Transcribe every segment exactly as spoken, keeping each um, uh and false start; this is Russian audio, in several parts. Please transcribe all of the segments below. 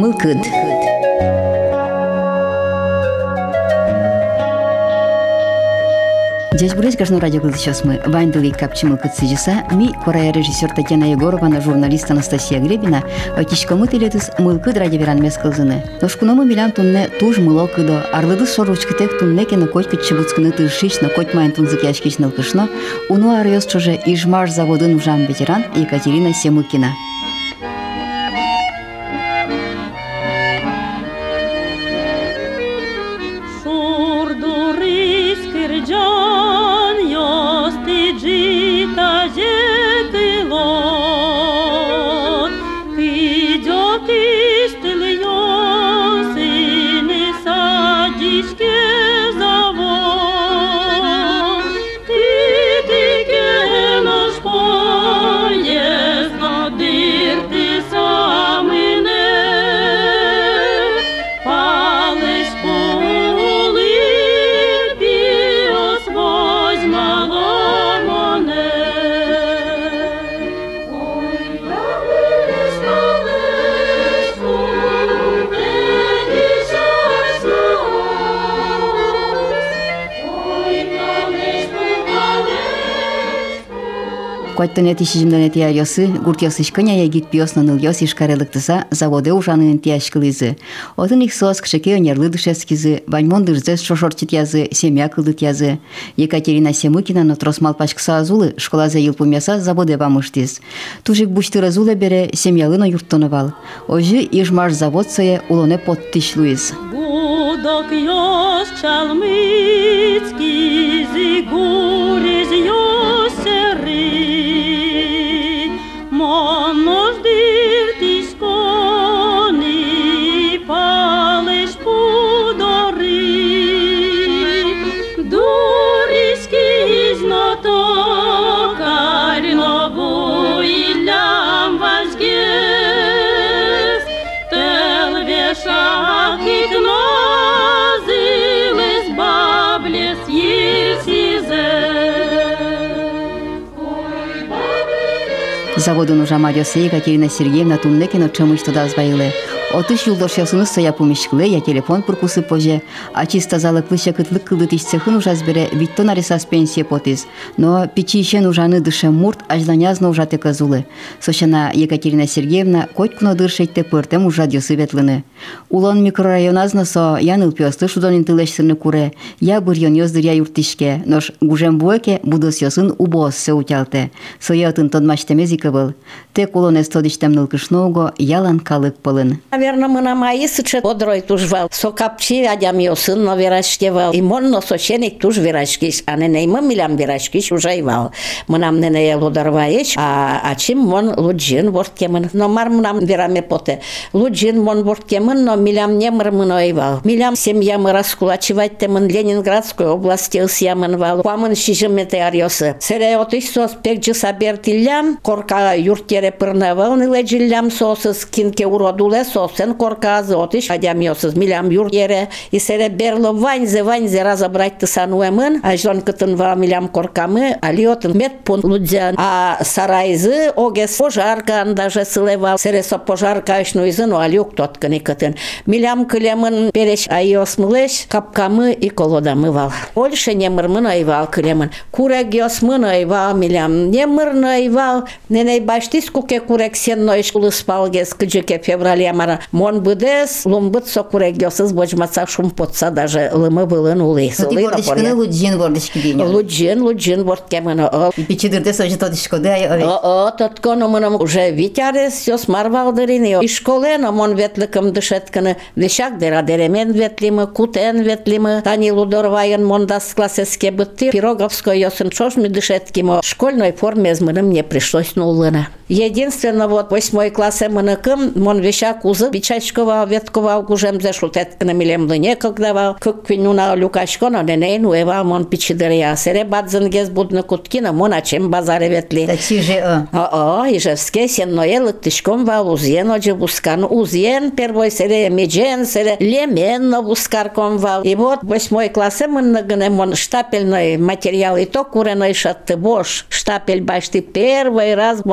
Мылкыд. Здесь будет каждый радио был сейчас мы Вайндали Капчи Мылкыд сижиса, ми корая режиссер Татьяна Егоровна, журналист Анастасия Гребина, кишкому телетус Мылкыд радиоверан мескалзыны. Но шкуному милям тунне туж мылокыдо, арлыды соручкитек тунне кена котька чебуцкыны тыршич, на коть майн тунзык яшкич нылкышно, уну арьёс чуже Ижмаш заводын ужам ветеран Екатерина Семыкина. Коттонет ишижимден тиарёсы, гуртёсыш коня ягит пиосно нылёс ишкарелыктыса заводе ушанын тиашкылызы. Отын их соос кшеке өнерлы дышескизы, ваньмон дырзес шошорчит язы, семья кылдыт язы. Екатерина Семыкина нотрос малпачкса азулы, школазе йылпумяса заводе бамыштиз. Тужик буштыр азулы бере семьялыно юрттонывал. Ожи ижмаш заводсое улоне поттиш луиз. Гудок ёс чалмыцкий зигуриз ёсеры. Заводын ужам арёсы Екатерина Сергеевна туннекино чымыш туда збайылы. Отыш юлдошясыны соя помешкылы, я телефон пуркусы поже, а чисто залыклы шакытлык кылдыт иш цехын ужаз бере виттон арисас пенсия потиз. Но печи ишен ужаны дыше мурт ажланязно ужаты казулы. Сошана Екатерина Сергеевна котькно дыршетте пыртем ужат ёсы ветлыны. Улон микрорайоназно со яныл пёсты шудонин тылешсырны куре, я бырьон ёздыря юртишке, нош гужем буэке будос ёсын убоос се утялте. Соя атын тодмаштемез ика был. Тек улон эстодиштем нылкышноуго ялан калык пылын. Наверное, мы на мои сычет подрой тужвал. Сокапчи адям ёсын но верашкевал. И монно соченик туж верашкиш. А не неймы милям верашкиш ужайвал. Мы нам не неел ударваеш, а а чим мон луджин ворткемын. Но мар мы нам вераме поте. Луджин мон ворткемын, но милям не мырмыноевал. Милям семья мы раскулачивать темын Ленинградской области ысьямын вал. Куамын шижемете арьосы. Сере отыш сос пекджи сабертилям. Корка юртере пырневал нылежилям сосыз кинке уродуле сос. Сен корказы отыш адям ёсыз милям юр ере и сере берло ваньзе ваньзе разобрать тысануэмын, а жон кытын ва милям коркамы, алиотын медпун лудзян, а сарайзы огес пожаркан даже сылевал, сере со пожарка ишнуизын, алюк тотканы кытын. Милям кылемын переш айос мылеш, капкамы и колодамы вал. Ольше немырмын айвал кылемын. Курек ёсмын айвал милям, немырны айвал, неней баштис куке курек сенной шкулы спалгес кыджыке феврале мара. Мон будес, лумбыт сокурек ёсыз бочмаца шум потса даже лымы былын улы. Ну ты бордышкыны луджин бордышки дейню. Луджин, луджин борткемыны. И печидырды сочи тодышкоды ай. О, тоткону мыным уже витярес ёс марвалдырын. И школено мон ветлыкым дышеткыны. Вешак дера деремен ветлимы, кутен ветлимы. Тани лудорвайын мондас классеске бытты. Пироговской ёсын чошми дышеткимо. В школьной форме змыным не пришлось нулына. Единственно вот восьмой классе мыныкым мон вешак узы Бичачкова веткова гужем зашел теткана милем лыне когда куквинуна люкашкона неней нуева мон пичидеря сере бадзенгез будны куткина мон ачем базаре ветли. Да чиже о. О, ижевске сенноел тышком вал узьен оже бускан узьен первой сере меджен сере лемен на бускарком вал. И вот восьмой классе мон нагне мон штапельный материал и то куреной шатты бош штапель башты первый раз мон бош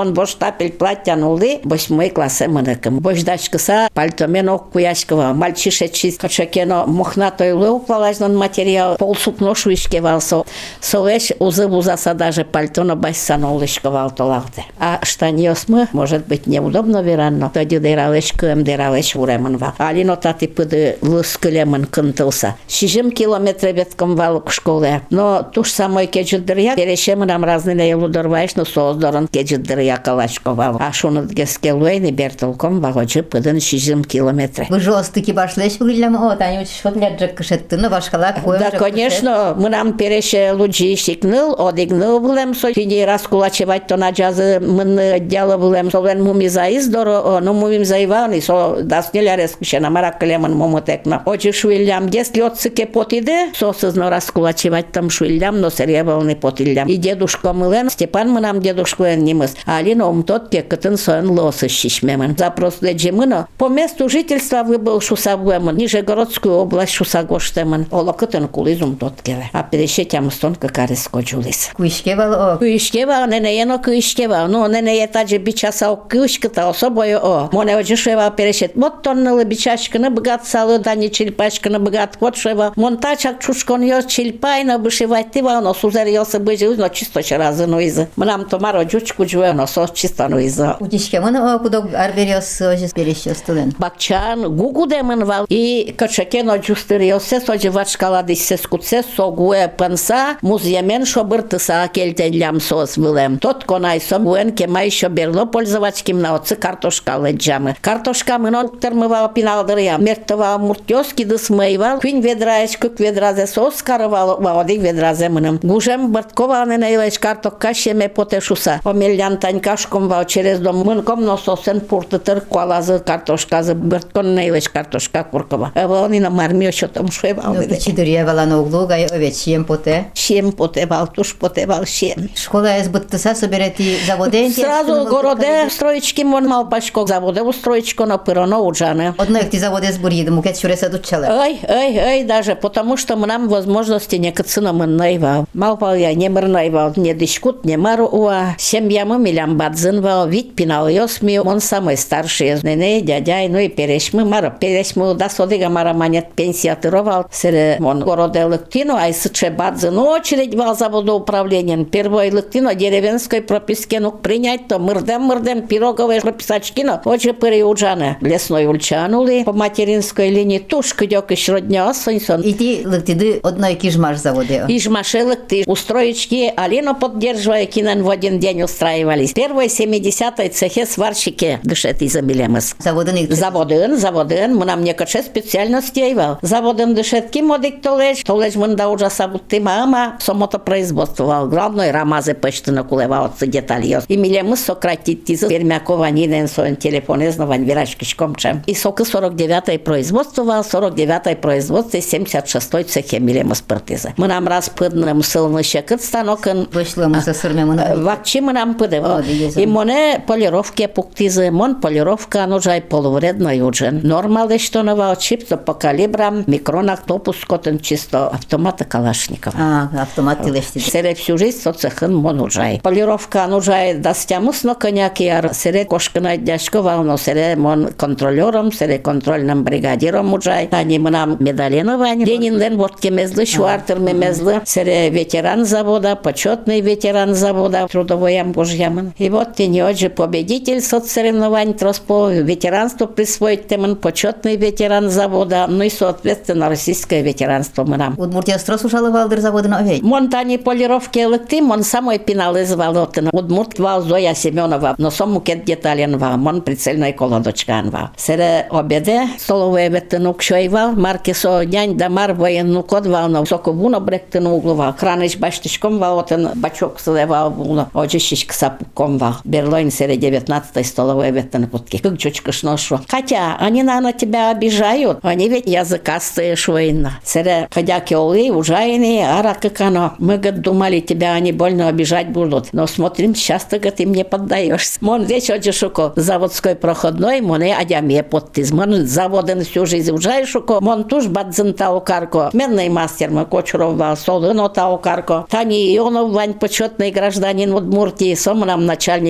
штапель платтян улы, восьмой классе мыныкым. Бождачкыса пальтомен ок куяшкова. Мальчишечи качакено мохнатой улы уклалажнан материал, полсукно шуишке валсо. Совеш узы узаса даже пальтона бассан улышка валтолалты. А штаньос мы, может быть, неудобно веранно. Тоді дыралеш кым дыралеш уремын вал. Алино тати пыды лыскылемын кынтылса. Шижим километре ветком вал к школе. Но туж самой кеджиддыря, перешемын нам разные елудорваеш, но создорон кеджиддыря калашко вал. А шунат гескелуэйни бертолком вагоджи пыдын шижим километре. Вы жестыки башлеш выглядам, о, тани учиш фотляджак кышетты, но башкала коем. Да, конечно, мы нам переше луджи шикныл, одигныл булем, со тини раскулачевать то на джазы мы дело булем, совен муми заиздоро, но мумим заиваны, со даснеля рескушена маракалеман момотекна. Очи шуилям, если отсыке потиде, со сызно раскулачевать там шуилям, но серебряный потилям. И дедушка мылен, Степан мы нам дедушку немыс, а Алина ум тот кекатын соен лосы шишмемен. Запрос леджимыно, по месту жительства выбыл Шусагуемын, Нижегородскую область Шусагоштемын, олокытын кулизум тот келе. А перешетям стонка кариско джулис. Куишке вал, о. Куишке вал, ненеено куишке вал, ну ненее таджи бичаса куишката особою о. Моне оджишева перешет, вот тонналы бичашканы богат салы, дани чельпашканы богат, вот шева. Монтачак чушкон йос чельпайна бышевать тива, но сузер йосы быжи, но чисто чаразы нуизы. Мнам томаро джучку джуе, но сос чисто нуизы. Утишке мын, о, кудок арбериос ожис переше студен. Бакчан, гугудемын вал, и качакено джустыриосе, соджи вачкаладисе скутсе, согуе панса, муземен шобыртыса кельтенлям сос вылем. Тот конайсом уен кемай шоберло пользовачким на отцы картошка леджамы. Картошка мынон термывал пиналдыря. Мертова муртёски дысмыйвал, квин ведраеш, кук ведразе сос карывал, ваодик ведразе мыным. Гужем бырткованный наилеш картокка шеме потешуса. Омельян танькашком вал через дом мынком, но сосен пуртытыр куалазы картошказы бырткон наилеш картошка куркова. Эвални на мармио шотом шуевал. Ну, пичидурья вала на углу, гай овет, шием поте. Шем потевал, туш потевал шем. Школа из быттыса соберети заводе. Сразу городе строечки мон мал пашко заводе у строечко на пыроно уджаны. Одно их ти заводе с бурьи, мукет шуреса дучала. Ой, ой, ой, даже потому что мы нам возможности не кацина мы наивал. Мал пал я не мыр наивал, не дышкут, не мару уа. Семья мы милям бадзинвал, вид пинал йосми, он самый старший, нене, дядя, ну и перешмы, мара, перешмы, да содига мара манет пенсиатировал, сере, он городе лыктину, а исыче бадзин очередь вал заводу управлением. Первой лыктину деревенской прописке, ну принять то мырдем-мырдем пироговые прописачки, но очень переуджаны. Лесной ульчанули по материнской линии, тушка дёк иш родня осоньсон. И ти лыктиды одной кижмаш заводе. Ижмаши лыкты, устроечки, Алину поддерживая, кинен в один день устраивались. Первой семидесятой цехе сварщики дышет из Амилемас. Заводын их. Заводын, заводын, мы нам некоторые специальности его. Заводын дышет кимодик толеж, толеж мында ужаса будты мама, сомота производствовал. Главное, рамазы почты накулевал от деталей. И Милемас сократит тизы, пермякова нинен соен телефонезновань вирачкишком чем. И сока сорок девятой производствовал, сорок девятой производстве, семьдесят шестой цехе Милемас партиза. Мы нам раз пыдным сылны щекыт станокын. Вышло мы со сырмем. Вакчи мы нам пыдывал. И моне полировки пуктизы, мон полировка нужай полувредно юджен. Нормалы что навал чипто по калибрам, микронах топус котен чисто автомата Калашников. А, автомат ты лешти. Сере всю жизнь соцехын мон ужай. Полировка нужай дастямус, но коняк яр сере кошкина дяшковал, но сере мон контролером, сере контрольным бригадиром ужай. Они мы нам медалиновань. Ленин вот кемезлы, швартер мемезлы, сере ветеран завода, почетный ветеран завода, трудовой амбожьямын. И вот ты не отже победитель соцсоревнований троспо, ветеранство присвоить темен, почетный ветеран завода, ну и соответственно российское ветеранство мы нам. Удмуртия строс ужалы валдыр заводы на овей. Монтани полировки лыктым, он самой пинал из волотына. Удмурт вал Зоя Семенова, но сому кет детален вал, мон прицельной колодочкан вал. Сере обеде, столовые веттыну кшойвал, марки со нянь да мар военну код вал, но соку вуно бректыну углувал. Краныш баштышком вал, отын бачок сылевал вуно, оджищишк сапуком вал. Берлойн сере девятнадцатой столовые веттыну путки. Как чучка шношу. Хотя они на тебя обижают, они ведь языкастые швейна. Сере ходяки олы, ужайны, аракакано. Мы, год, думали, тебя они больно обижать будут. Но смотрим, часто, год, им не поддаешься. Мон весь оджишуко заводской проходной, моне адяме подтиз. Мон заводен всю жизнь ужайшуко, мон туж бадзен таукарко. Менный мастер мы Кочуров вал, солыно таукарко. Тани Ионов, Вань, почетный гражданин Удмуртии, сом нам начальник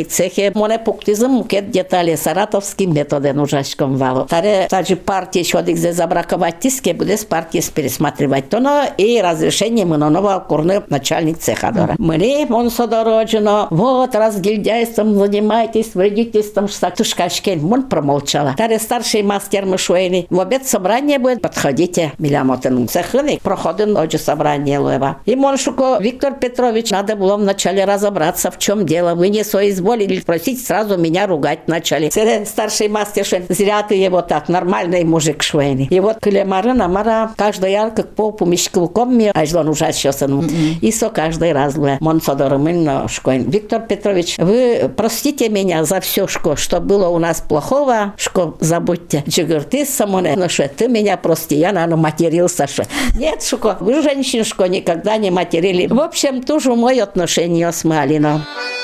начальник цехе, моне пуктизм мукет детали саратовский методен ужашком вало. Таре таджи партии щодик за забраковать тиске, будет с партии пересматривать то, но и разрешение мы на нового курны начальник цеха дора. Мне он содорожено, вот разгильдяйством занимайтесь, вредитесь там тушкашкен. Он промолчала. Таре старший мастер Мышуэни, в обед собрание будет, подходите, милямотен цехыны, проходен отже собрание лева. И Моншуко Виктор Петрович, надо было вначале разобраться, в чем дело. Вы не соизволили просить, сразу меня ругать начали. Старший мастер Швейн, зря ты его так, нормальный мужик Швейни. И вот Клемарына, Мара, каждый яр, как по помещиком мне, а ждон ужасился. И со каждый раз, Монсодорымын Шкоин. Виктор Петрович, вы простите меня за все, что, что было у нас плохого, что забудьте. Джигур, ты самоне, ну что, ты меня прости, я, наверное, матерился. Что. Нет, Шуко, вы женщин, что никогда не материли. В общем, тоже мое отношение с Малиной.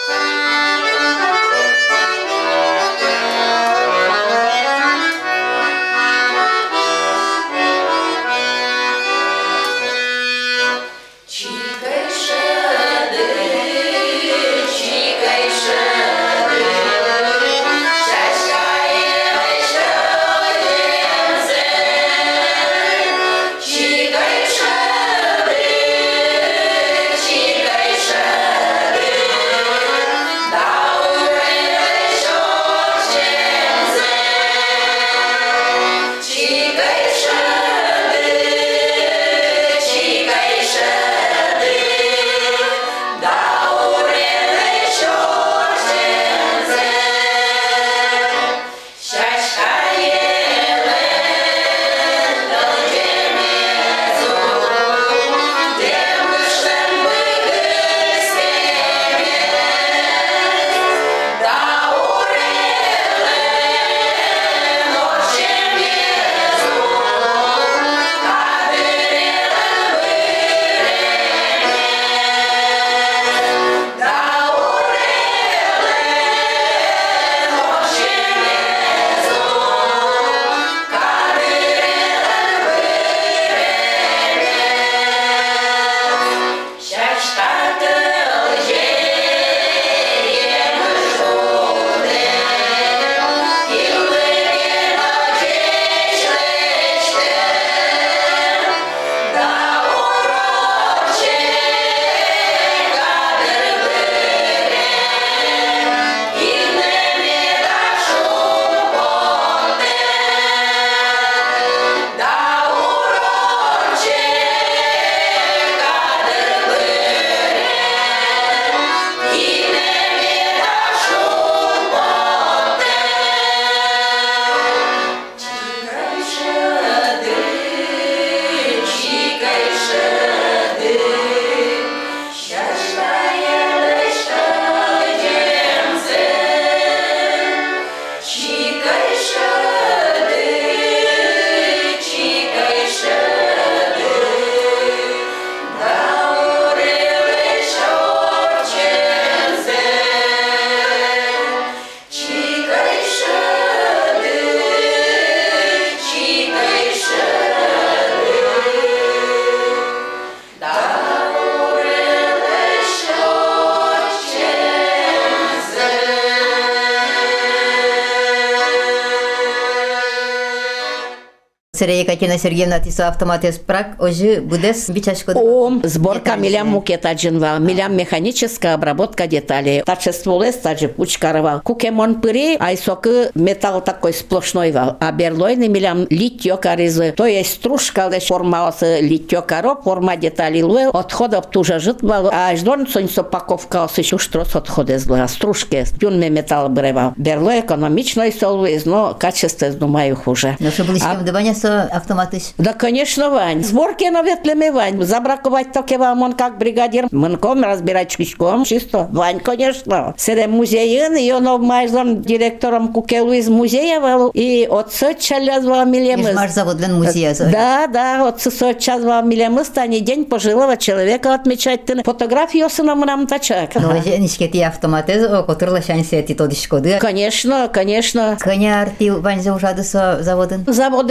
Сера Екатерина Сергеевна Тисова автоматес прак ожи будес бичашко. Ом, сборка милям мукетаджинва, милям механическая обработка деталей. Тачестволес, таджи пучкарова. Кукемон пыри, айсокы металл такой сплошной вал. А берлойный милям литьё каризы. То есть стружка лишь формалась литьё каро, форма деталей луэл. Отходов туже жит вал. А ждон сонь сопаковка осыщу штрос отходы зла. Стружки, тюнме металл бревал. Берлой экономичной солвез, но качество, думаю, хуже. Но что было с кем добавить автоматыш? Да, конечно, Вань. Сборки на ветлями, Вань. Забраковать таки вам он как бригадир. Мынком разбирать чкичком. Чисто. Вань, конечно. Сере музеин, и он обмайзом директором кукелу из музея валу. И отцы чалязвал милемыз. Ишмаш завод для музея. Да, да, отцы чалязвал милемыз. Тани день пожилого человека отмечать. Фотографию сына нам тачак. Но женишкети автоматы, которых лошанься эти тодишкоды. Конечно, конечно. Коня арти Вань заужадыса заводын? Заводын мон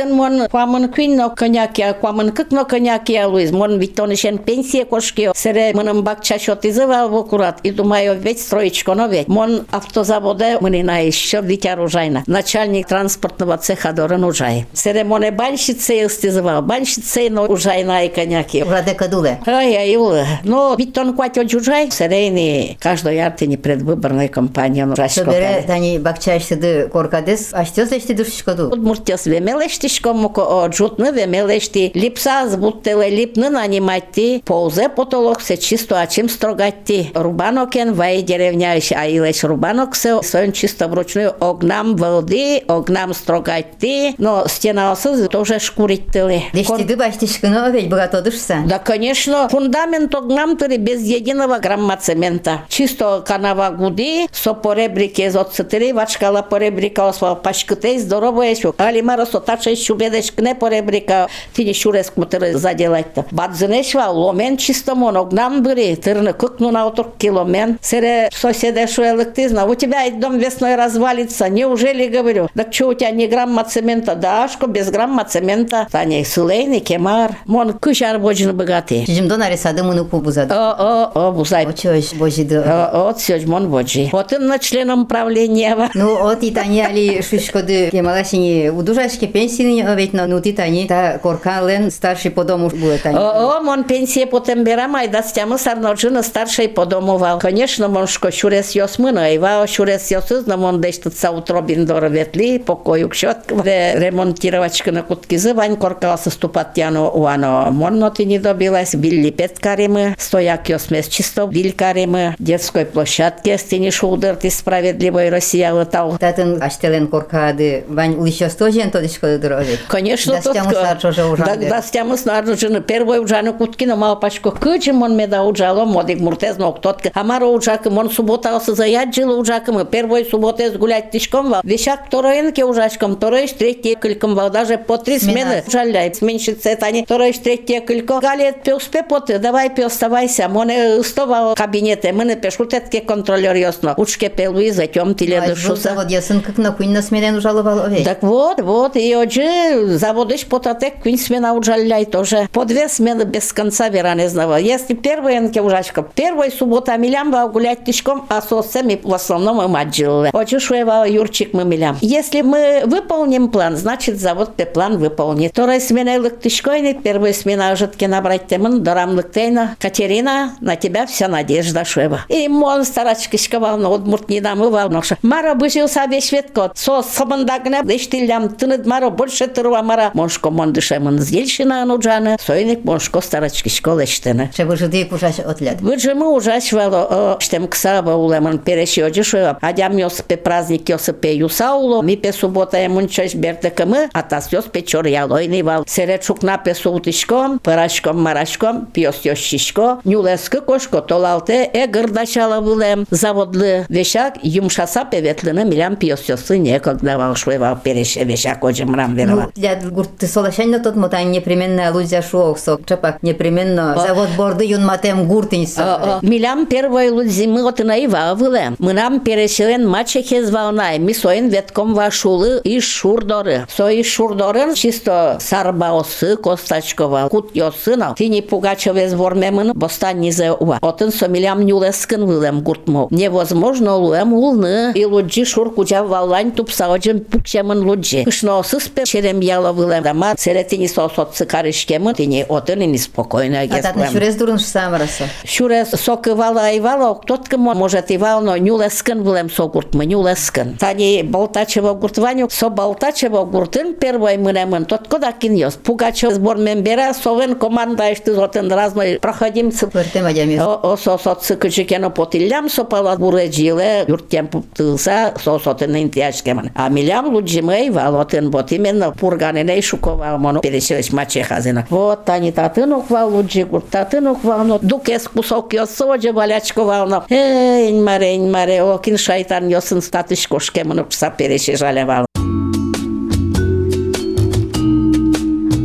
Куамын күн но коньяки, куамын кык но коньяки алуиз. Мон ведь он еще пенсия кошки. Сере мыным бакча счет изывал в аккурат. И думаю, ведь строечко, но ведь. Мон автозавода мынина еще ведь оружайна. Начальник транспортного цеха Доран Ужай. Сере моне банщице истязывал. Банщице, но ужайна и коньяки. Раде кадуле. Ай-ай, но ведь он кватит Ужай. Серейни каждой арте предвыборной кампании. Собере, тани бакчаешсиды коркадес. А что зашти душишкоду? Удмуртес вемелештишко муко джутны вемелешти. Липсаз буттеле липны нанимати. Ползе потолок все чисто, а чем строгати. Рубанокен вай деревня еще аилеш рубанок все. Сон чисто вручную огнам волды, огнам строгати. Но стена осыз тоже шкурителы. Дештиды баштишконо ведь богато душса. Да, конечно. Фундамент огнам тыры без единого грамма цемента. Чисто канава гуди, со поребрики из отцетыри, вачкала поребрика освал пашкытей, здоровое еще. Алимара сотача щубедеш кне поребрика, ты не щурес кмутыры заделать-то. Бадзынешва, ломен чисто мон, огнам быри, тырны кыкну на утр киломен. Сере соседешу электизна, у тебя и дом весной развалится, неужели, говорю? Так что у тебя не грамма цемента? Да, шко без грамма цемента. Таня, сулейный, кемар. Мон кышар божин богатый. Чижимдо нарисады муну кубузады. О, о, о, бузай. Очёж божиды. О, от сёж мон боджи. Вот он на членом правления. Ну, от и тани али шишкоды кемалашини удужашки пенсии ведь ну ти тани та коркален старший по дому будет тани. О, о, мон пенсия потом берам, ай да стямы сарноджина старший по дому вал. Конечно, мон шко шурес ёсмына, и вау шурес ёсызна, мон дештыца утробин дора ветли, покою кшот, ремонтировачка на куткизы, вань коркал соступат тяну уано. Мон ноти не добилась, били петкаримы, стояк ёсмес чисто, билькаримы, детской площадке, стени шудерти справедливой Россия летал. Татын аштелен коркады, вань улищёс тоже то дешкоды дороги. Конечно, да стямы сарчоже ужанды. Да стямы снаружи, первой ужану куткина мал пачко, кычем мон меда ужало, модик муртезно октотка. Амаро ужака, мон субботался заяджило ужака, мы первой субботы гулять тишком вал. Вещак второенке ужачком, второй третье кыльком вал, даже по три смены. Жаляй, сменщица тани, второй третье кылько. Галет пёс пепоты, давай пёс оставайся, моне стова кабинете, мы напишу тетке контролер ясно. Учке пелуи затем тиле душуса. Завод ясын как на куин на сменен ужаловал овей. Так вот, вот, и отже, заводыш потатек куин смена ужаляй тоже. По две смены без конца вера не знала. Если первый энке ужачка, первой суббота милям вал гулять тишком, а соцами в основном мы маджили. Отже, шуевал Юрчик мы милям. Если мы выполним план, значит завод पे план выполнит. Вторая смена лыктышкойный, первая смена ожитки набрать темен, дорам лыктейна. Катерина, на тебя вся надежда шуева. И мон старачки шковал, но удмурт не намывал ноша. Мара быжил себе шведко, со собандагне, дештилям, тынет маро, больше тырва мара. Моншко мон дышемон зельшина ануджана, сойник моншко старачки школы штены. Че выжиды кушаш отлет. Выжимы ужашвало, штем ксава улемон перешёджи шуева. Адям ёсыпе праздник ёсыпе юсауло, ми пе суббота емун чеш бердекамы, а тас ёспе чор ялойный вал. Серечук на пе сутышком, парашком марашком, пьёс ёшишко, нюлескы кошко толалте, э гырдашала вылем, заводлы вешак, юмшаса певетлыны милям пьёс ёсы некогда вал шуевал переше вешак оджим рам верова. Ну, я гурты солошань тот мотань непременно лузя шуоксок, чапак непременно завод борды юн матем гуртинса. Милям первой лузи мы от наива вылем. Мы нам перешелен мачехе звалнай, ми соин ветком вашулы и шурдоры. Сои шурдорын чисто сарбаосы костачкова, кут ёсына, тини пугачеве звормемын бостаннизе уа. Отын со милям нюлескын вылем гуртмо. Невозможно луем улны, и луджи шур куча валлань тупсаоджим пукчемын луджи. Кышносы спе черем яла вылем. Дама серетини сосот цикарышкемын, тини отын и неспокойно агес. А тат шурес дурын самараса. Шурес соки вала и вала, кто-то может и вал, но нюлескын вылем со гуртмы, нюлескын. Тани болтачево гуртваню, со болтачево гуртын первой мынемын, тот кода кин ёс. Пугачев сбормен бере, совен командаешь ты зотын разной проходимцы. Пыртем адямес. О, сосот цыкычекено потилям, сопала буреджиле, юртем пуптылса, сосотын интяшкемын. А милям луджимей валотын, вот именно пурганеней шуковал, моно переселись мачехазина. Вот тани татын уквал луджи, гурт татын уквал, но дукес кусок ёсоджи валячковал, но эй, маре, маре, окин шайтан ёсын статыш кошкемын укса перешежалевал.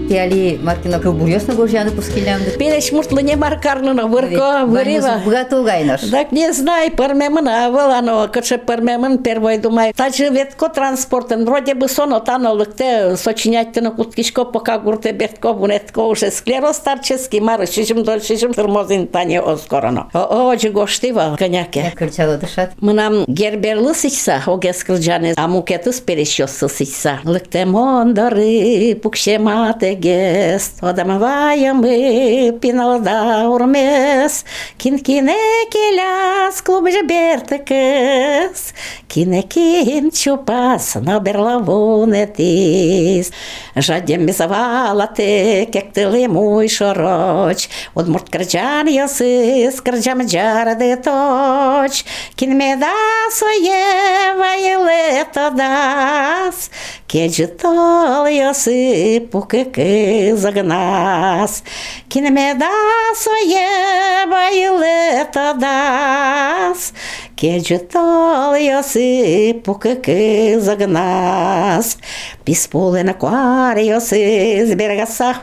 Ты али Маркина кылбурьёсно гожьяны пускилямды. Переш муртлы не маркарнына вырко, вырива. Богато гайнаш. Так не знаю, пармемын авыл, ано, кычы пармемын первой думаю. Тачы ветко транспортын, вроде бы соно танолыкте, сочинятьтыны куткишко пока гурте бертко, бунетко уже склероз старческий, мары, шишим дол, шишим тырмозин тане оскорано. О, ожи гоштива, коняке. Кырчало дышат. Мынам герберлы сычса, огес кырджаны, амукетус перещёсы сычса. Лыктем ондары, пукшематегес, одамаваемы, пиналда урмес, кинкине келяс, клубжа бертекес, кинекин чупас, наберлавунетис. Жадем мизавала те, кектили мой шороч, одмурт кырджан ясыс, кырджам джарде точ, кинмеда своє ваїле тодас, кеджитол яси пукики загнас, кинмеда своє ваїле тодас, кеджитол яси пукики загнас, пісполе акваріоси з берега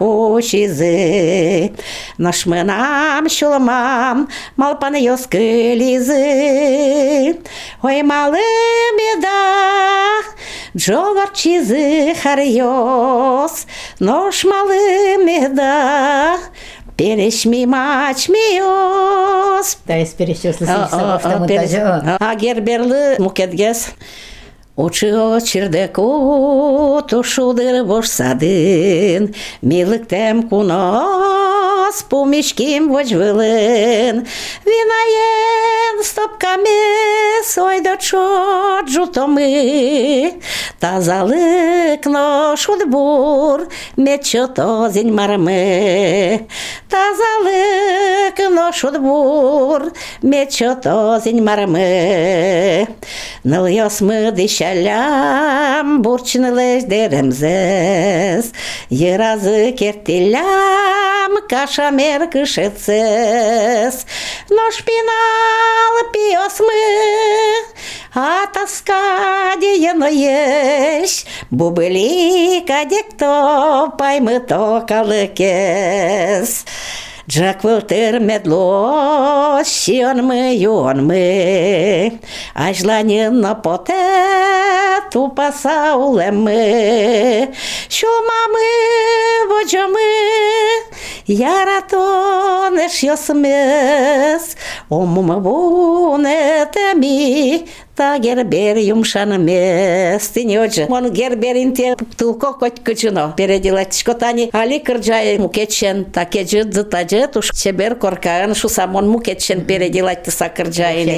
сахочізи, наш менам шуламам, малпане йоски лізи, ой мали біда, джоварчізи харйос, наш мали біда, перешми мач миос. Да, из перещёслы сычса баштамын. А герберлы мукетгес. Очы чердеку тушудыр бошсадын, милыктем кунос пумишким вожвылын, винаен стопками сойда чот жутомы, тазалык ношуд бур мечотозень мармы, тазалык ношуд бур мечотозень мармы, ныл ясмы дыща Лям бурчнылеш деремзес, еразы кертилям кашамер кышецес, но шпинал пиосмы, а тоска диено еш, бубыли кадекто паймы то калыкес. Джак вылтыр медло, сионмы, юонмы, а желание на поте тупаса улемы, шумамы, воджамы, яратонеш йосмес, омума вунетеми, та гербер юмшан месты не отже. Мон герберин те тулко коть кычыно. Переделать шкотани али кырджай мукетчен, та кеджи дзытаджи, туш чебер коркаан шусамон мукетчен переделать тыса кырджайни.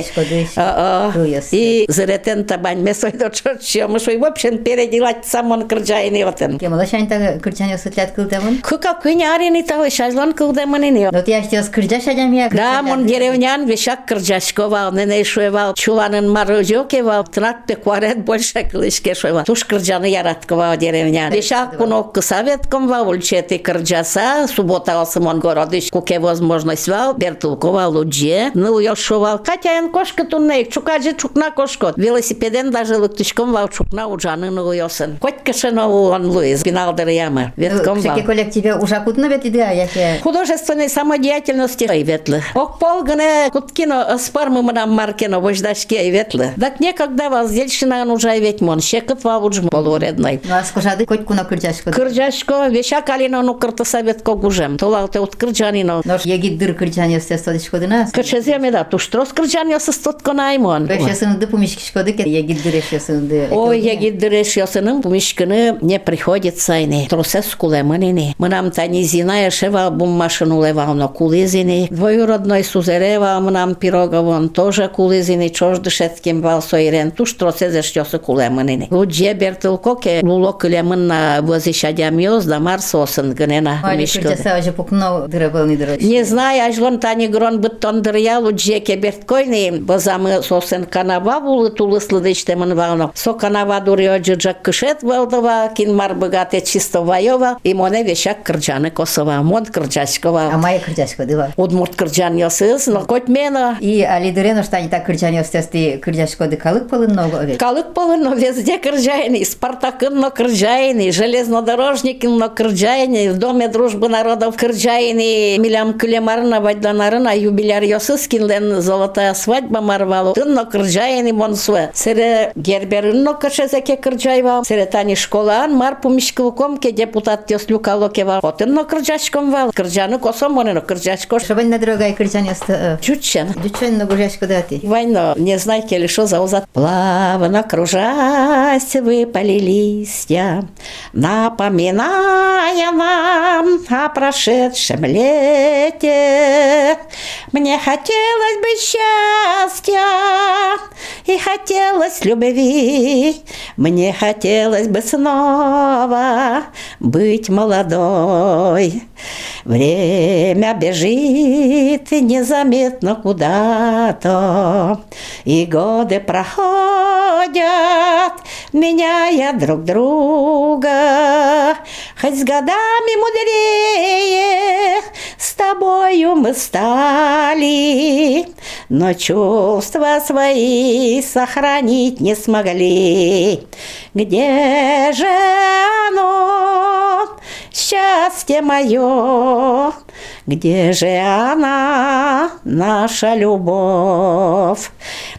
И зыретен табань месойдо чорчемыш, и вообще переделать самон кырджайни отен. Кемала шанта кырджан ёсытлят кылдамын? Кыка кынярини того шажлан кылдамынини. Но ты яштёс кырджа шадямия? Да, мон деревнян вешак кырджашковал, неней шуевал, чуланын мары Жокева, тракте кварет больше клышкешева. Туш кырджаны яраткова деревня. Вешак кунок советком ва ульчеты кырджаса, суббота осмон городыш, куке возможность вал, бертулкова лудже, ну ёшовал. Катяен кошка тунней, чукаджи чукна кошкот. Велосипеден даже лыктышком вал чукна уджаны ну ёсын. Хоть кашенову он луиз, пиналдыр ямы. Ветком вал. Шеке коллективе ужакутно вет идея, яке? Художественной самодеятельности и ветлы. Ок полгане куткино спармы мынам маркино вождашке и ветлы. Так некогда воздельщина нужа ведь мон, щекот валуджм полуредной. Ну а скажады, хоть куна кырджашко? Кырджашко, веща калино, ну кырта советко гужем. Толалте от кырджанино. Нош егит дыр кырджан ёсте стодишко дынас? Кырчеземе да, туштрос кырджан ёсы стотко наймон. Пешесынды пумишкишко дыке, егит дыр ешесынды. Ой, егит дыр ешесынын пумишкины не приходится айны. Трусес кулемынини. Мынам тани зина ешева бум машину левално кулизини. Двоюродной сузерева, мынам пироговон тоже кулизини, чож дышетким вал сойрен, туш троцезеш ёсы кулемынини. Лудже бертылкоке луло кулемынна возишадям ёз да марсосын гынена. Али кырджаса уже пукно дыра был не дырочи. Не знаю, ажлон тани грон быттон дыря лудже кеберткойни, базамы сосын канава вулы тулыслы дыштемын вално. Со канава дури джак кышет валдова, кин мар богате чисто вайова, и моне вешак кырджаны косова, мон кырджашкова. А мая кырджашко дыва? Удмурт кырджан ёсыз, но коть мена. И али дырено, что они так кырджан ёстес, ты кырджашко шкоды калык полынного овет. Калык полно везде кырджайный, Спартакынно кырджайный, железнодорожникынно кырджайный, в Доме дружбы народов кырджайный, милям кулемарна вайданарына юбиляр Йосыскинлен золотая свадьба марвалу, тынно кырджайный монсуэ. Сере герберынно кышезеке кырджайва, сере тани школаан мар пумишкылком ке депутат тёслю калокева, отынно кырджачком вал, кырджаны косом монено кырджачко. Шабань на дорогая кырджанеста. Чучен. Дючен на гужачку дати. Войно, не знаете ли, что за узат? Плавно кружась выпали листья, напоминая нам о прошедшем лете. Мне хотелось бы счастья и хотелось любви, мне хотелось бы снова быть молодой. Время бежит незаметно куда-то, и годы проходят, меняя друг друга. Хоть с годами мудрее с тобою мы стали, но чувства свои сохранить не смогли. Где же оно, счастье мое? Где же она, наша любовь?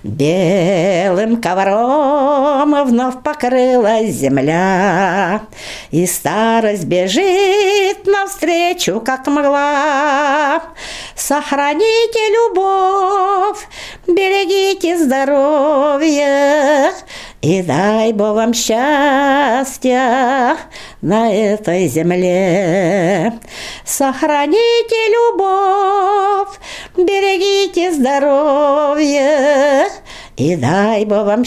Белым ковром вновь покрылась земля, и старость бежит навстречу, как могла. Сохраните любовь, берегите здоровье, и дай Бог вам счастья на этой земле. Сохраните любовь, берегите здоровье, и дай Бог вам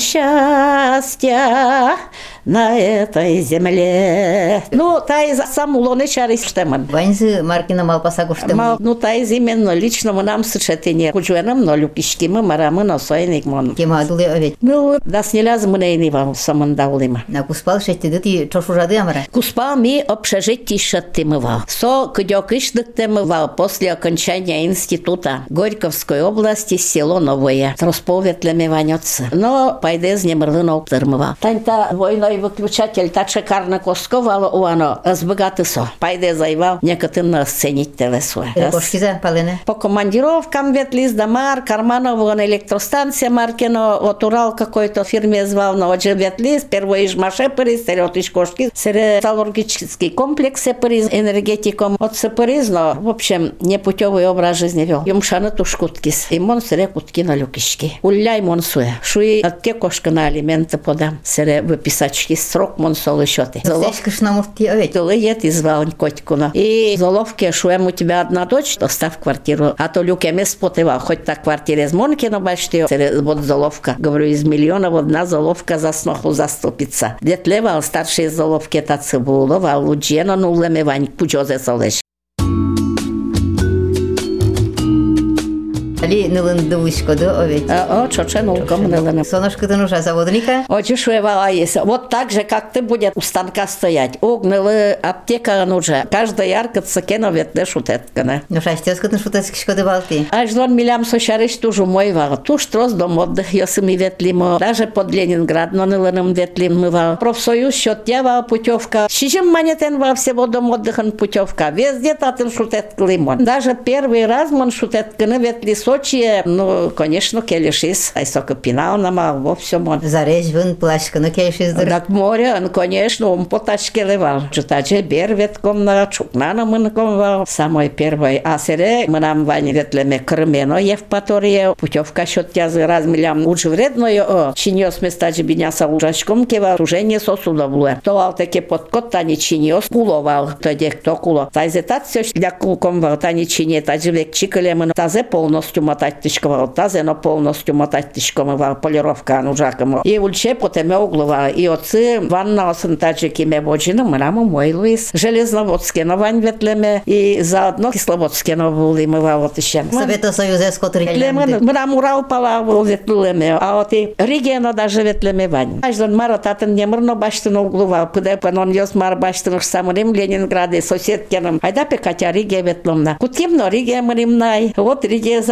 счастья на этой земле. Ну, тайз сам улоны чарис штеман. Ваньзы Маркина Малпасагу штеман. Ну, тайз именно лично мы нам сычетине. Кучуэнам, но люкишки мы марамы на сойник мон. Кема адулы овет. Ну, дас не лаз мы не вам саманда улима. На куспал шеттидит и чошужады амара. Куспал ми общежитие шаттымывал. Со кдёкыштыктымывал после окончания института Горьковской области село Новое. Тросповетлеми ванётся. Но пайдез не мырлыно уптырмывал. Таньта войной выключатель та шикарно косковало у оно сбогаты со. Пайде заевал некотынно сценить телесуэ. Кошкиза палене. По командировкам ветлиз дамар, Карманов, вон электростанция Маркино, от Урал какой-то фирме звал, но отже ветлиз, первый из Машепырис, серет из Кошки, металлургический комплекс Сепырис, энергетиком от Сепырис, но, в общем, непутевый образ жизни вел. Юмшаны тушкуткис, и мон сере кутки на люкишки. Улляй мон суэ. Шуи от те кошка на алименты подам, сере выписать срок мон солы счеты. Золовкаш на мурти овет. Лыет и звал котикуна. И Золовке, шуем у тебя одна дочь, то ставь квартиру. А то люке мест потывал. Хоть так квартире из Монкина бачты, вот Золовка. Говорю, из миллионов одна Золовка за сноху заступится. Дед Левал, старший из Золовки, та Цибулова, Луджена, нулами вань, пучозе солеш. Али нылынды вышкоды овет. О, чоче нулком нылыным. Соношкыдын уже заводника. Очень шуевала есть. Вот так же, как ты будет у станка стоять. Огнылы аптека уже. Каждая ярко цекена ветне шутеткана. Ну шастёскыдын шутецки шкоды балти. Аж дон милям сошарыш тужу мой вал. Туж трос дом отдых ёсыми ветлимо. Даже под Ленинград, но нылыным ветлим мывал. Профсоюз счет я вал путевка. Щижем манетен вал всего дом отдыхан путевка. Везде татын шутетк лимон. Даже первый раз мон шутетканы ветли Сочи, ну, конечно, келишис. Айсока пинал намал, во всем он. Зарежь вын плашканы келишис дыр. Так море, он, конечно, он потачке левал. Чутаче бер ветком на чукнана мынком вал. Самой первой. А сере мы нам вань ветлеме Крымено Евпатория. Путевка счет тязы раз милям лучше вредное. О, чиньос места джебиняса ужачком кева. Уже не сосудовлуе. То вал таки подкот, та не чиньос куловал. Тоді кто куло. Тайзетат все для кулком вал, та не чине. Та джевек чикалемын. Тазе полностью мотать тишковал. Тазе, но полностью мотать тишковал. Полировка нужакому. И ульче потеме углова. И отцы ванна осынтаче киме боджину мраму мой Луис. Железноводске на вань ветлеме. И заодно Кисловодске на вули мывал вот еще. Совета Союза скотри. Мрам Урал палаву ветлеме. А вот и Ригено даже ветлеме вань. Аждан маро татын немырно баштыну углова. Пыде панон ёс мар баштыных самырим Ленинграде соседкеным. Айда пекатя Риге ветломна. Куткимно Риге мыримнай. Вот Риге заджи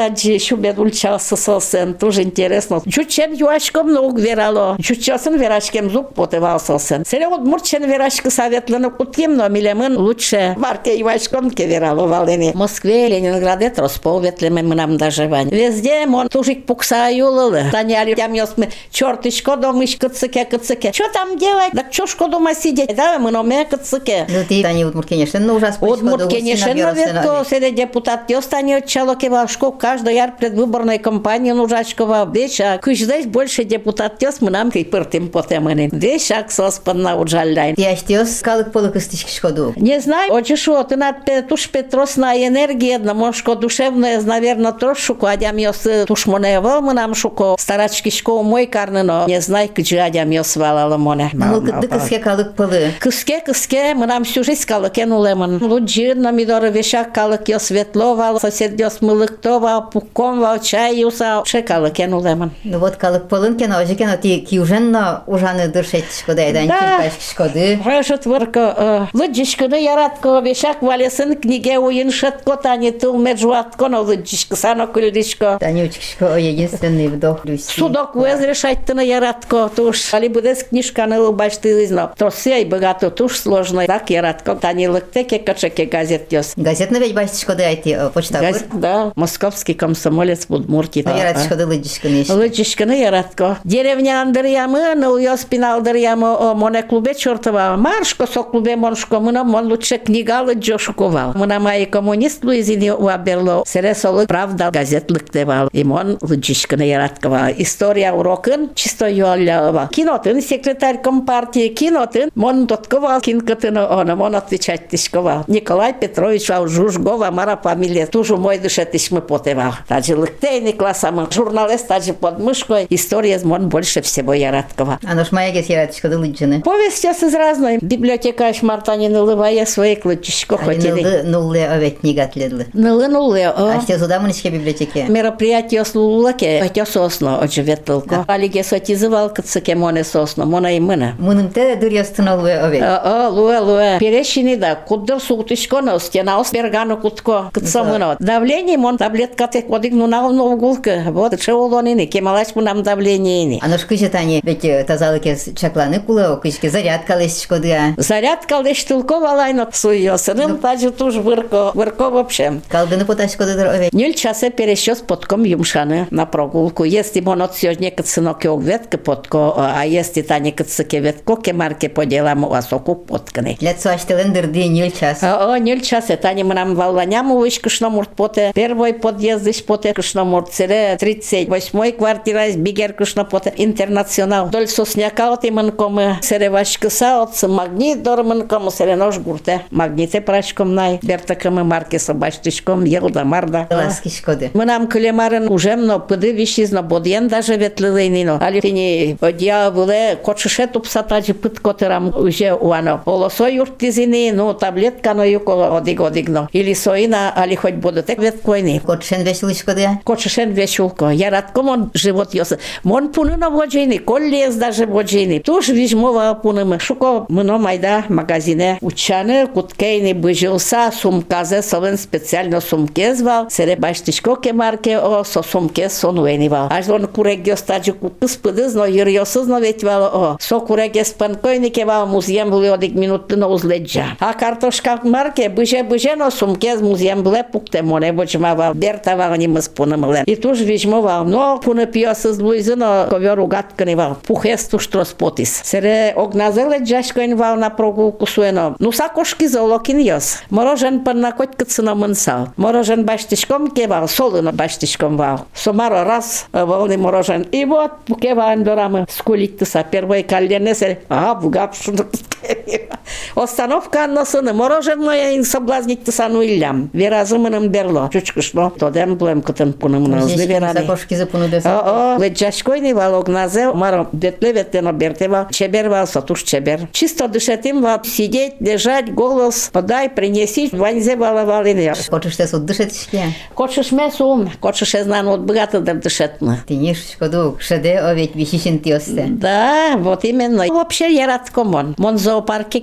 еще бедульчался сосын, тоже интересно. Чучен юашком наук верало, чучасын верашкем зуб потывался сын. Селе вот мурчен верашка советланы кутем, но милемын лучше марке юашком ке верало валени. В Москве, Ленинграде, Троспол ветлеме нам доживань. Везде мон тужик пукса юлылы. Таняли ямёсмы чёртышко домыш кыцыке кыцыке. Чё там делать? Так чё шко дома сидеть? Да, мы номе кыцыке. Ну ты Тани удмурт, конечно, ну ужас. Удмурт, конечно, но ведь то седе депутат ёстане чалокева шко каждый яр предвыборной кампании нужачкова. Вещь, а кыждесь больше депутат ёс мы нам кипыртим потемыны. Вещь, а ксоспанна уджалляйн. Ты аштёс калык полы кыстышки шкоду. Не знаю, очешо, ты над туш петросная энергия, одна мошко душевная, наверное, трошку, адям ёс туш монева, мы нам шуко старачки шко мой карны, но не знаю, где адям ёс валала моне. Ну, кыды кыске калык полы. Кыске, кыске, мы нам всю жизнь калыкенулемын. Луджир на мидоры вешак калык ёс светловал, сосед ёс мылыктовал, пуккомвал, чай юсал, ше калыкенулемын. Ну вот калык полын кен, ожи кен, ти киуженно ужаны дыршет шкода, айдан кирпашки шкоды. Решет вырка, лыджишкыны яратко, вешак валесын книге уин шетко, тани тыл меджуатко, но лыджишкы сано кульдишко. Танючкишко, единственный вдох Люси. Судок уез решать-то яратко, туш. Али будес книжка не лыбашты изно. Тросе и богато туш сложно. Так яратко, тани лыктеке, качеке газет ёс. Газет на ведь башти шкоды, айти почта Газ... Да, московский комсомолец в Удмуртии. Ярат шкоды лыджишкыны. Лыджишкыны яратко. Деревня андырьямы, но уез пиналдырьямы, моне клубе чёртова. Маршко со клубе моншко, мы нам он лучше книга лыджошуковал. Мы нам и коммунист Луизини уаберло. Сересолы правда газет лыктевал. И мон лыджишкыны яраткова. История урокын чисто юаллявал. Кинотын секретарь компартии, кинотын мон дотковал, кинкотыны он, мон отвечать тишковал. Николай Петрович вал Жужгова, мара фамилия, тужу мой дышетыш мы потевал. Таджи лыктейный классам, журналист таджи под мышкой. История мон больше всего яраткова. А нож моя гес ярат шкоды лыджины. Повесть сейчас из разной. Библиотека Шмартани нылывая свои клычишко хотели. Нылы нулле овет книгатледлы. Нылы нулле. А что туда муничке библиотеке? Мероприятие слулаке, хотя сосно, очеветлко. Алиге сотизывал кацаке моне сосно, мона и мына. Муным те дурьёстын луэ овет. А, луэ, луэ. Перещини да, кудыр сутышко на стена, оспергану кутко, кыца мына. Давление мон таблетка те кодик ну на угулка. Вот, шеолонини, кемалаш му нам давление. А нож кыжы Тани, ведь тазалыке чакланы кулы, кычке зарядка лезь шкоды. Зарядка лишь тылко валайно суёсыным, таджи туж вырко, вырко вообще. Калгыны поташ шкоды овет. Нюль часа перещёс подком юмшаны на прогулку. Если мон от сегодня кыцыноке ветка подко, а если тани кыцыке ветко, кемарке по делам у асоку подканы. Лецо аштелендерды нюль час. О, нюль часа, тани мы нам волняняму выш кышномурт поте, первый подъезд ищ поте кышномурт, цере тридцать восьмой квартира, бигер кышнопоте, интернационал. Доль сосняка от иманкомы, цере вашкыса от магнит дорманкому, цере нож гурте, магните прашком най, бертакамы марки собаштышком, елда марда. Ласки шкоды. Мы нам клемарын ужемно пыды вишизно бодьен даже ветлылыйнино. Али тini дьяволе кочыше тупсатаджи пыткотырам уже уано. Олосо юртизини, ну таблетка но юко одиг одигно. Или соина, али хоть будут веткойни. Котшен веселый шкоды. Кочышен вешулко. Я радко мон живот ёсы. Мон пуныно воджини, коллез даже воджини. Туж вижмова пунымы. Шуко мыно майда магазине. Учаны, куткейни быжилса, сумказе, совен специально сумке звал. Сере баштишко кемарке о со сумке сонуенивал. Аж он куреге стаджи кукыс пыдыз, но юрьёсыз, но ведь вал о. Со куреге спанкойнике вал музеем был одик минуты на узледжа. А картошка марке быже-быже, но сумке с музеем был пукте моне бочмавал. Берта вал не мы спунамылен. И туж вижмовал, но пуна пьёсыз луизы, но ковер угатканивал. Пухесту штрос потис. Сере огназеле джашкойнивал на прогулку суено. Ну сакошки золокин ёс. Морожен паннакотькаться на мынсал. Морожен баштишком кевал, солыно баштишком вал. Сомаро раз волны морожен. И вот пукеваем дорамы скулиттыса. Первой кальденесе, а бугап шунок. Остановка анносыны. Мороженое ин соблазниттыса ну иллям. Веразымыным берло. Чучкышно. Тоден блем кытын пунымын озды верани. Сакошки запуну дesa. О, о, леджашкойный вал огназе. Маро детле веттено бертевал. Чебер вал, сатуш чебер. Чисто дышетим вал. Сидеть, лежать, голос. Подай, принеси. Ваньзе вала валине. Хочешь ты суд дышетишки? Хочешь месум, хочешь я знаю, вот богато дышетно. Ты не шкоду, шеде овет висишин тёсте. Да, вот именно. Вообще я рад комон. Мон зоопарке кино мы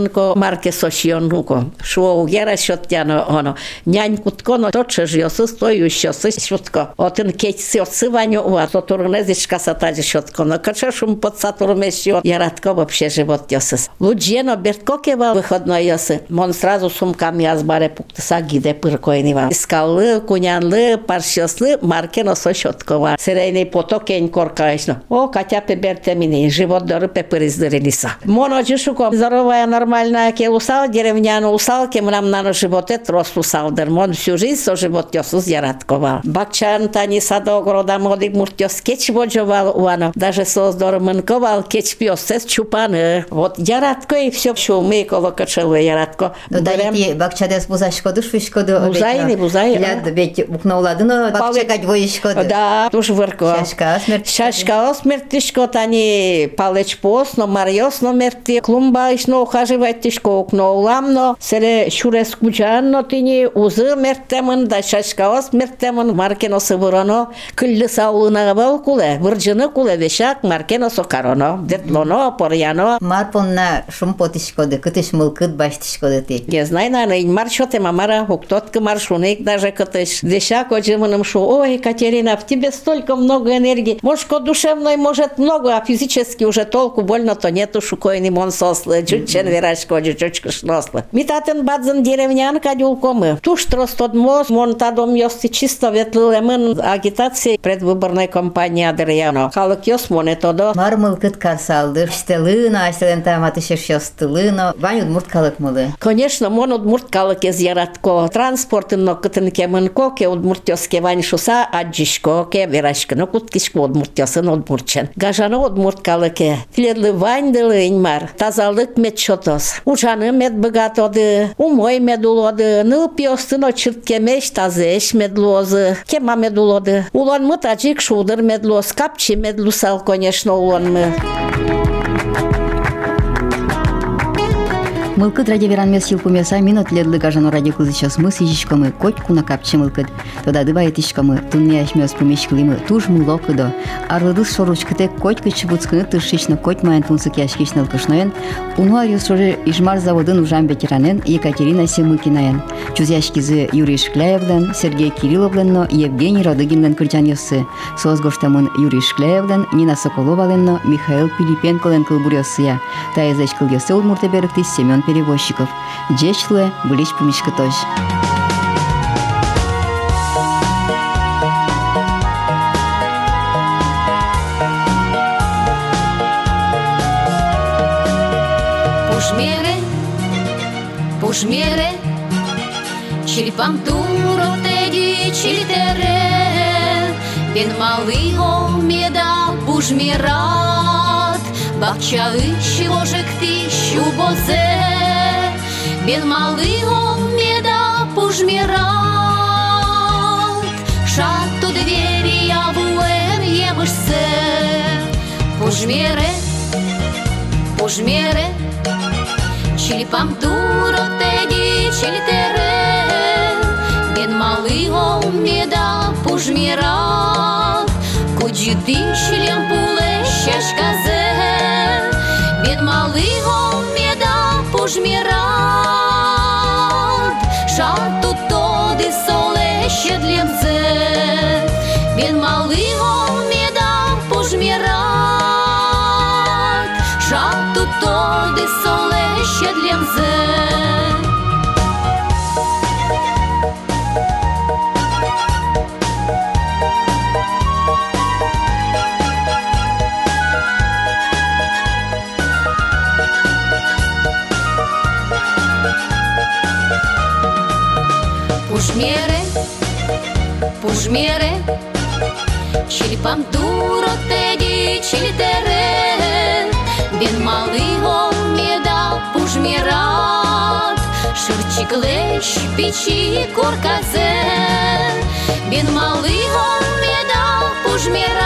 мынко марке сошионуко. Шо гера шоттяно оно. Нянькутко, но тот же жёсы, стоющий шутко. Отын кетси отсыванию у вас, отурнезичка сатади шотко. Но качашум под сатурмещио. Яратко вообще живот ёсыс. Луджено берткокева выходной ёсы. Мон сразу сумками азбаре пуктыса гиде пыркойнива. Искалы, кунянлы, паршёслы, марке носо шоткова. Серейный поток ень коркаешно. О, Катя пебертемини, живот доры пепырыздырелиса. Моно жишуко, здоровая, нормальная келусал, деревняно усал, кем нам нано животе трос усалдыр. Мон всю жизнь со живот ёсыз яраткова. Бакчан тани садо огорода модик муртёс кеч воджовал уано. Даже со здоромынковал кеч пьёсес чупаны. Вот яратко и всё шумы коло качелы яратко. Ну да ити бакчадес бузашкоду швишкоду. Бузайни, бузай. Ляд бет букнауладыно бакчагать воишкоду. Да, туж вырко. Шашка смерть. Шашка смертишко тани палеч посно, марьёс но мерти. Клумба ишно ухаживать тишко окно уламно. Сере шурес кучанно тини узы мертемын да шашка мертемын маркено сывырано. Кыллы саулына бал куле. Выржыны куле вешак маркено сокароно. Детлоно, порьяно. Марпонна шум потишкоду, кытыш мылкыт баштишкоду ти. Я знаю, наверное, маршоте мамара, уктотка маршуник даже кытыш. Дешак оджиманым шу. Ой, Екатерина, в тебе столько много энергии. Может, душевной, может, много, а физически уже толку больно, то нету шукойни монсослы. Чуть-чуть верашко, чуть-чуть шнослы. Митатен бадзан деревнянка дюлкомы. Туш тростод моз, монтадом ёсти чисто ветлылемын агитации предвыборной кампании Адриано. Халык ёс монетодо. Мар мылкыт карсалды. Штелыно, аштелен таматы шершёстылыно. Вань удмурт калык мылы. Конечно, мон удмурт калык из яратко. Транспортын но кытынке мынко, ке удмурт ёске вань шуса, аджишко, ке верашкыно куткишко удмурт ёсын удмуртчен. Гажаны удмурт калыке. Фледлы вань дылы инмар. Тазалык мет шотос. Ужаны мет богатоды. Умой медулоды. Ныл пьёстыно чырткемеш тазеш медлозы. Кема медулоды. Улон мы таджик шудыр медлоз. Капчи медлусал, конечно, улон мы. Мылкыт ради веранмес силпумеса минут ледлы гажано ради кузычос мы сижишкомы коть куна капчы мылкыт. Тода дыбайт ишкомы тунне ашмёс пумешкылымы туж мылокыдо. Арлыдыс шоручкыте коть кычы буцкыны тышично коть майын тунсык яшкишныл кышноен. Уну арюс шоры ижмар заводын ужам ветеранен Екатерина Семыкинаен. Чузяшкизы Юрий Шкляевлен, Сергей Кирилловленно, Евгений Радыгинлен кырджан ёссы. Созгоштамын Юрий Шкляевлен, Нина Соколоваленно, Михаил Пилипенколен кылбур ёссыя. Таязэч кыл ёссы удмурте берыктис Семен Перевозчиков. Джечле былич помешкатож. Пушмере, пушмере, чилипам туро теди чилитере, бен малыго меда пушмерат, бакча ищего жекти щубозе, бен малыго меда пушмерат, шату двери я буем емышсе, пушмере, пушмере, чилипам туро теди чилитере, бен малыго меда пушмерат, куджити шилем пуле шашказе, бен малыго меда пушмерат, шату тоди соле щедлемзе, бен малыго меда пушмерат, шату тоди соле щедлемзе. Пушмере, пушмере, чилипам туро теди чилитере, бен малыго меда пушмерат, шырчик лещ печи корказе, бен малыго меда пушмерат,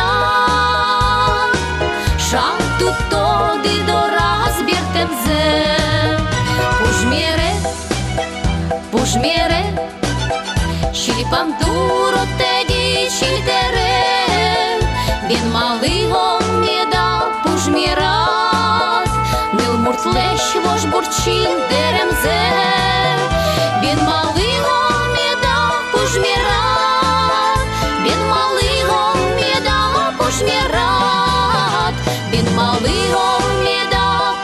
шату тоди до разбертемзе, пушмере, пушмере, чилипам туро теди чилитере, бен малыго меда пушмерат, ныл муртлеш вож урчин деремзе, бен малыго меда пожмират, бен малыго меда пожмират, бен малыго меда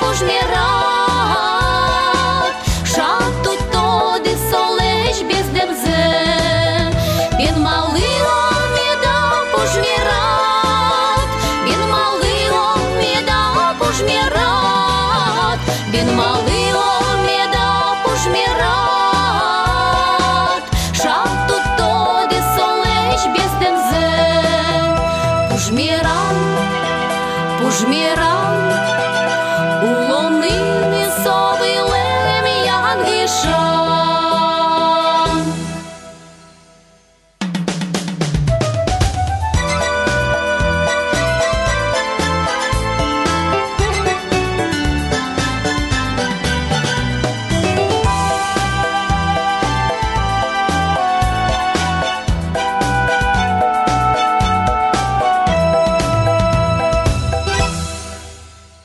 пожмират, шатуть тоди солеж без демзе, бен малыго меда пожмират, бен малыго меда пожмират, бен малыго меда пожмират, шатуть тоди солеж без демзе, пожмират, пожмират, улонини совилем янгиша.